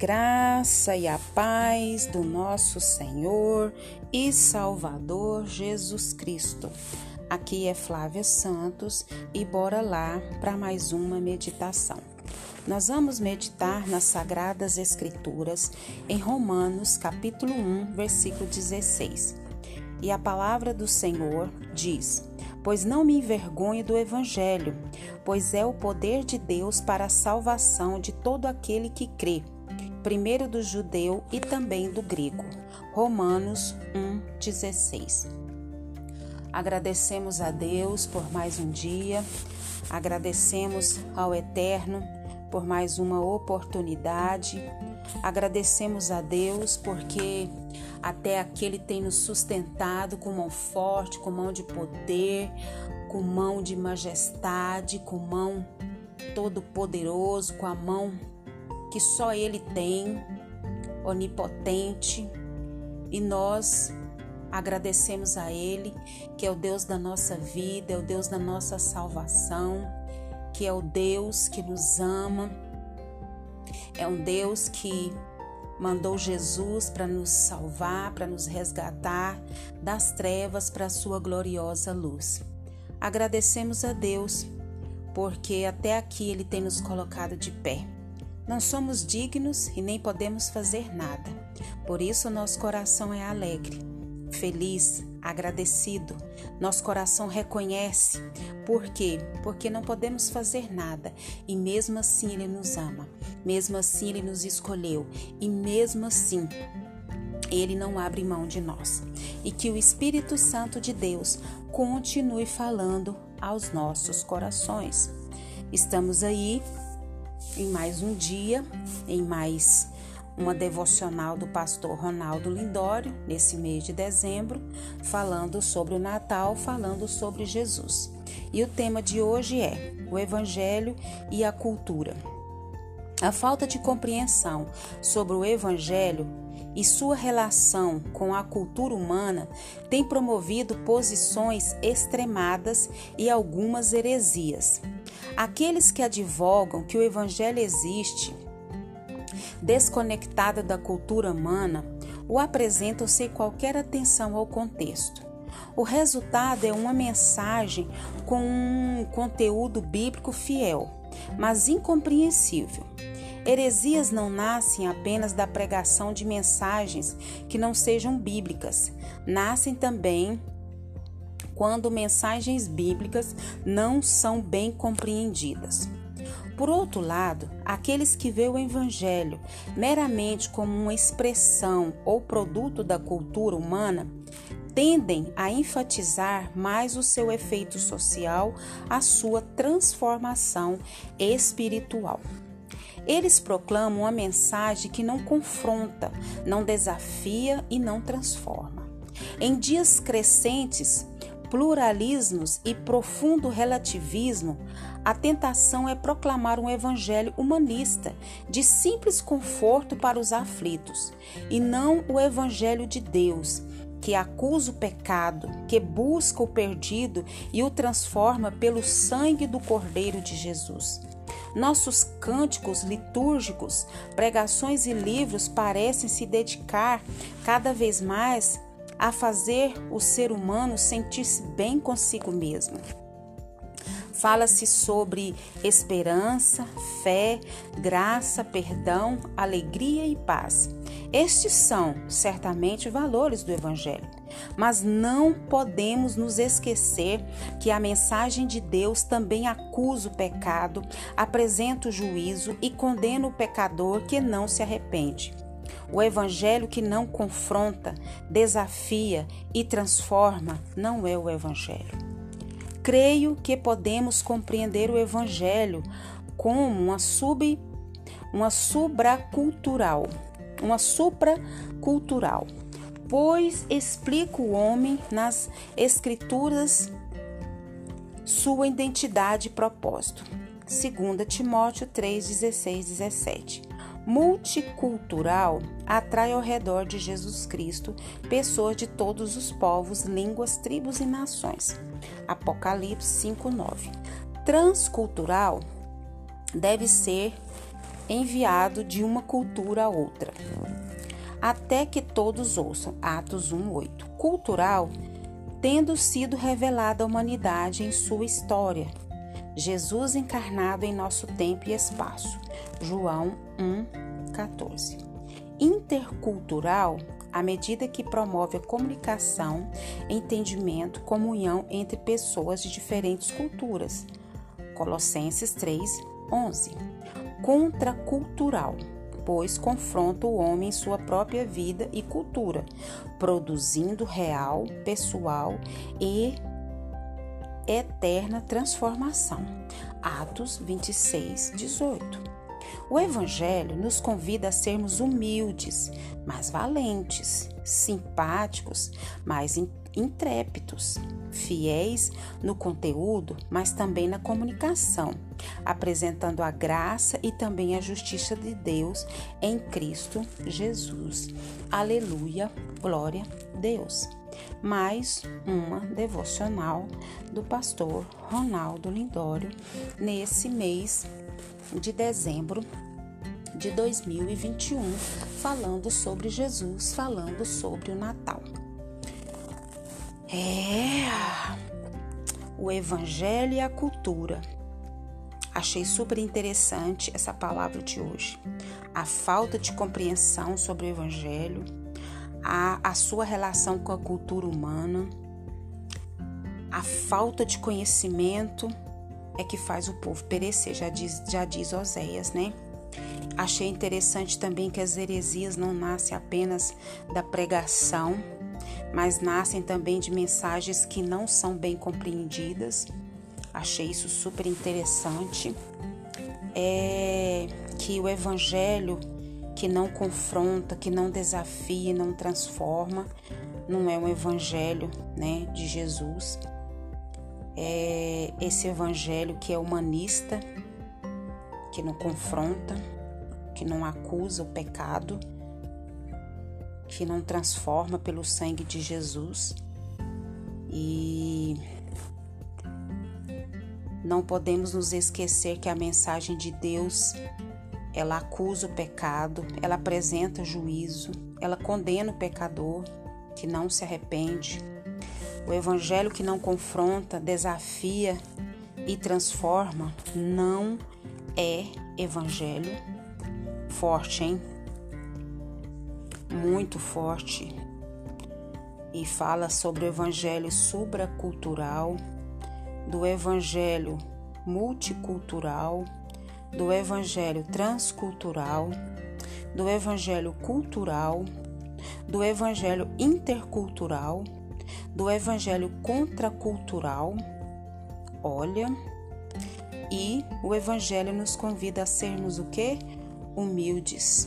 graça e a paz do nosso Senhor e Salvador Jesus Cristo. Aqui é Flávia Santos e bora lá para mais uma meditação. Nós vamos meditar nas Sagradas Escrituras em Romanos capítulo 1, versículo 16. E a palavra do Senhor diz: pois não me envergonho do Evangelho, pois é o poder de Deus para a salvação de todo aquele que crê, primeiro do judeu e também do grego. Romanos 1,16. Agradecemos a Deus por mais um dia, agradecemos ao Eterno por mais uma oportunidade, agradecemos a Deus porque até aqui Ele tem nos sustentado com mão forte, com mão de poder, com mão de majestade, com mão todo-poderoso, com a mão que só Ele tem, onipotente. E nós agradecemos a Ele, que é o Deus da nossa vida, é o Deus da nossa salvação, que é o Deus que nos ama, é um Deus que mandou Jesus para nos salvar, para nos resgatar das trevas para a sua gloriosa luz. Agradecemos a Deus, porque até aqui Ele tem nos colocado de pé. Não somos dignos e nem podemos fazer nada. Por isso nosso coração é alegre, feliz, agradecido. Nosso coração reconhece. Por quê? Porque não podemos fazer nada e mesmo assim Ele nos ama. Mesmo assim Ele nos escolheu e mesmo assim Ele não abre mão de nós. E que o Espírito Santo de Deus continue falando aos nossos corações. Estamos aí em mais um dia, em mais uma devocional do pastor Ronaldo Lindório, nesse mês de dezembro, falando sobre o Natal, falando sobre Jesus. E o tema de hoje é o Evangelho e a cultura. A falta de compreensão sobre o Evangelho e sua relação com a cultura humana tem promovido posições extremadas e algumas heresias. Aqueles que advogam que o Evangelho existe desconectada da cultura humana, o apresentam sem qualquer atenção ao contexto. O resultado é uma mensagem com um conteúdo bíblico fiel, mas incompreensível. Heresias não nascem apenas da pregação de mensagens que não sejam bíblicas, nascem também quando mensagens bíblicas não são bem compreendidas. Por outro lado, aqueles que veem o Evangelho meramente como uma expressão ou produto da cultura humana tendem a enfatizar mais o seu efeito social, a sua transformação espiritual. Eles proclamam uma mensagem que não confronta, não desafia e não transforma. Em dias crescentes, pluralismos e profundo relativismo, a tentação é proclamar um evangelho humanista, de simples conforto para os aflitos, e não o evangelho de Deus, que acusa o pecado, que busca o perdido e o transforma pelo sangue do Cordeiro de Jesus. Nossos cânticos litúrgicos, pregações e livros parecem se dedicar cada vez mais a fazer o ser humano sentir-se bem consigo mesmo. Fala-se sobre esperança, fé, graça, perdão, alegria e paz. Estes são certamente valores do Evangelho, mas não podemos nos esquecer que a mensagem de Deus também acusa o pecado, apresenta o juízo e condena o pecador que não se arrepende. O Evangelho que não confronta, desafia e transforma não é o Evangelho. Creio que podemos compreender o Evangelho como uma supracultural, pois explica o homem nas Escrituras sua identidade e propósito. 2 Timóteo 3, 16, 17. Multicultural atrai ao redor de Jesus Cristo pessoas de todos os povos, línguas, tribos e nações. Apocalipse 5:9. Transcultural deve ser enviado de uma cultura a outra, até que todos ouçam. Atos 1:8. Cultural, tendo sido revelada à humanidade em sua história. Jesus encarnado em nosso tempo e espaço. João 1:14. Intercultural, à medida que promove a comunicação, entendimento, comunhão entre pessoas de diferentes culturas. Colossenses 3:11. Contracultural, pois confronta o homem em sua própria vida e cultura, produzindo real, pessoal e eterna transformação. Atos 26:18. O Evangelho nos convida a sermos humildes, mas valentes, simpáticos, mas intrépidos, fiéis no conteúdo, mas também na comunicação, apresentando a graça e também a justiça de Deus em Cristo Jesus. Aleluia, glória a Deus. Mais uma devocional do pastor Ronaldo Lindório nesse mês de dezembro de 2021, falando sobre Jesus, falando sobre o Natal. O Evangelho e a cultura. Achei super interessante essa palavra de hoje. A falta de compreensão sobre o Evangelho, a sua relação com a cultura humana, a falta de conhecimento é que faz o povo perecer, já diz Oséias, né? Achei interessante também que as heresias não nascem apenas da pregação, mas nascem também de mensagens que não são bem compreendidas. Achei isso super interessante. Que o Evangelho que não confronta, que não desafia, não transforma, não é um Evangelho, né, de Jesus. Esse Evangelho que é humanista, que não confronta, que não acusa o pecado, que não transforma pelo sangue de Jesus. E não podemos nos esquecer que a mensagem de Deus, ela acusa o pecado, ela apresenta juízo, ela condena o pecador que não se arrepende. O Evangelho que não confronta, desafia e transforma não é Evangelho. Forte, hein? Muito forte. E fala sobre o Evangelho supracultural, do Evangelho multicultural, do Evangelho transcultural, do Evangelho cultural, do Evangelho intercultural, do Evangelho contracultural. Olha, e o Evangelho nos convida a sermos o quê? Humildes.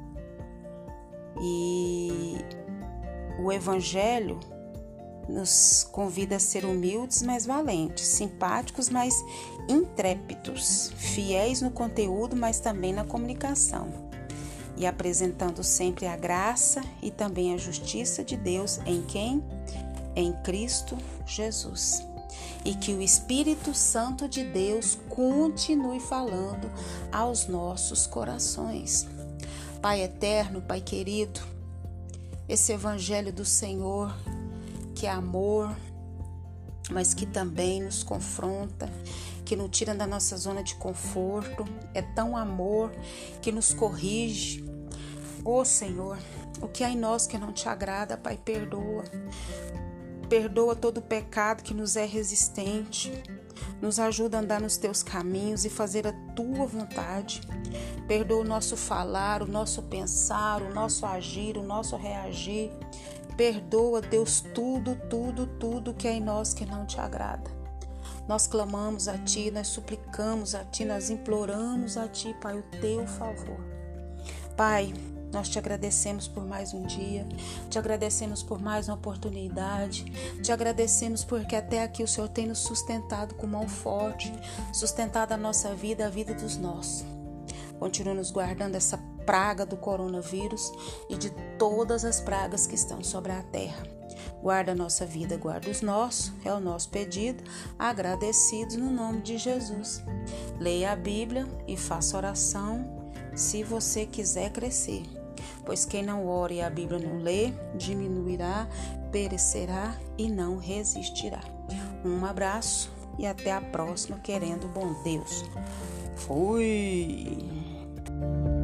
E o Evangelho nos convida a ser humildes, mas valentes, simpáticos, mas intrépidos, fiéis no conteúdo, mas também na comunicação, e apresentando sempre a graça e também a justiça de Deus em quem? Em Cristo Jesus. E que o Espírito Santo de Deus continue falando aos nossos corações. Pai eterno, Pai querido, esse Evangelho do Senhor, que é amor, mas que também nos confronta, que nos tira da nossa zona de conforto, é tão amor que nos corrige. Ô Senhor, o que há em nós que não te agrada, Pai, perdoa. Perdoa todo o pecado que nos é resistente. Nos ajuda a andar nos teus caminhos e fazer a tua vontade. Perdoa o nosso falar, o nosso pensar, o nosso agir, o nosso reagir. Perdoa, Deus, tudo que é em nós que não te agrada. Nós clamamos a Ti, nós suplicamos a Ti, nós imploramos a Ti, Pai, o Teu favor. Pai, nós te agradecemos por mais um dia, te agradecemos por mais uma oportunidade, te agradecemos porque até aqui o Senhor tem nos sustentado com mão forte, sustentado a nossa vida, a vida dos nossos. Continua nos guardando essa praga do coronavírus e de todas as pragas que estão sobre a terra. Guarda a nossa vida, guarda os nossos, é o nosso pedido, agradecidos no nome de Jesus. Leia a Bíblia e faça oração se você quiser crescer. Pois quem não ora e a Bíblia não lê, diminuirá, perecerá e não resistirá. Um abraço e até a próxima, querendo bom Deus. Fui!